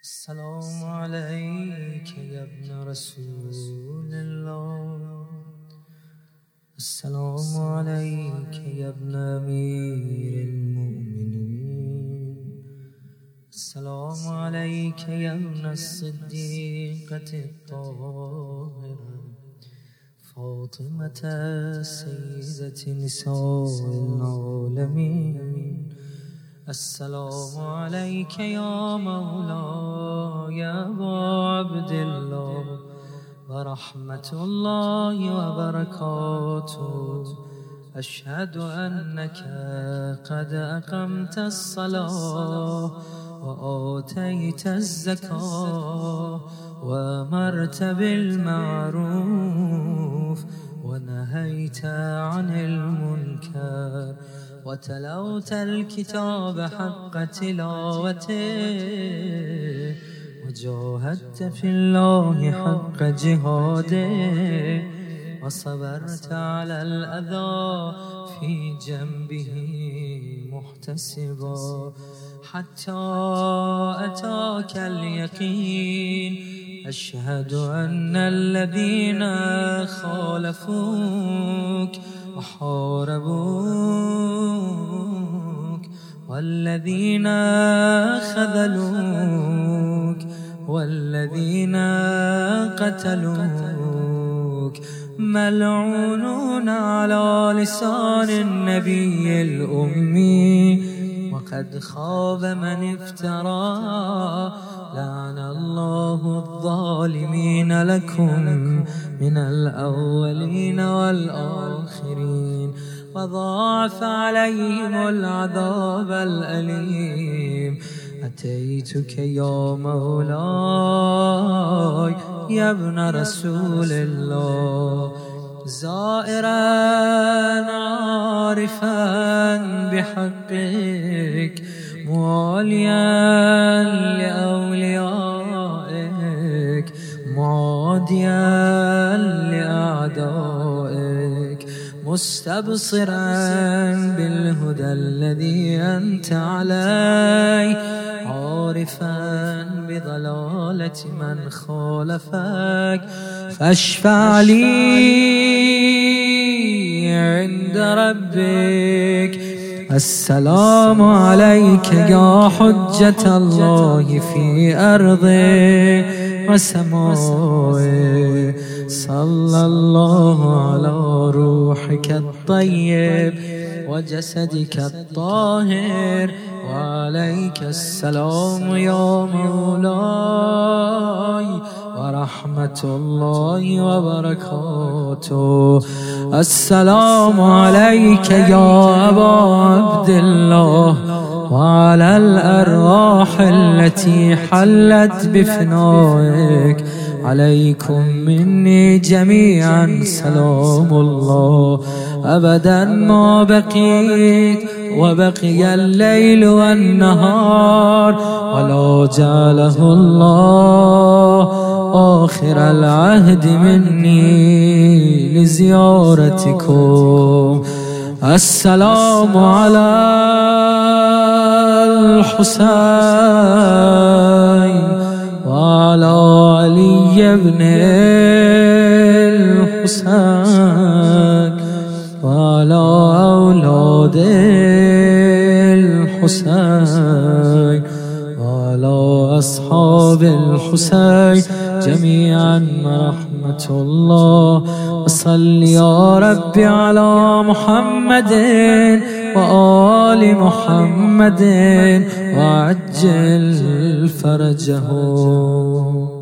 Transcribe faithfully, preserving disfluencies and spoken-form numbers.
السلام عليك يا ابن رسول الله، السلام عليك يا ابن أمير المؤمنين، السلام عليك يا ابن الصديقة الطاهرة فاطمة سيدة نساء العالمين. السلام عليك يا مولاي أبا عبد الله ورحمة الله وبركاته. أشهد أنك قد أقمت الصلاة وآتيت الزكاة وأمرت بالمعروف ونهيت عن المنكر وتلوت الكتاب حق تلاوته وجاهدت في الله حق جهاده وصبرت على الأذى في جنبه محتسبا حتى أتاك اليقين. أشهد أن الذين خالفوك وحاربوك والذين خذلوك والذين قتلوك ملعونون على لسان النبي الأمي، وقد خاب من افترى. لعن الله الظالمين لكم من الأولين والآخرين وضاعف عليهم العذاب الأليم. أتيتك يا مولاي يا ابن رسول الله زائرا عارفا بحقك مواليا لأوليائك معاديا لأعدائك مستبصرا بالهدى الذي أنت عليه عارفا بضلالة من خالفك. فاشفع لي عند ربك. السلام عليك يا حجة الله في أرضه وسمائه. صلى الله على روحك الطيب وجسدك الطاهر وعليك السلام يا مولاي ورحمة الله وبركاته. السلام عليك يا أبا عبد الله وعلى الأرواح التي حلت بفنائك. عليكم مني جميعا سلام الله أبدا ما بقيت وبقي الليل والنهار ولا جعله الله آخر العهد مني لزيارتكم. السلام على الحسين وعلى علي بن الحسين وعلى أولاد الحسين وعلى أصحاب الحسين جميعا رحمة الله. وصل يا ربي على محمد وآل محمد وعجل فرجه.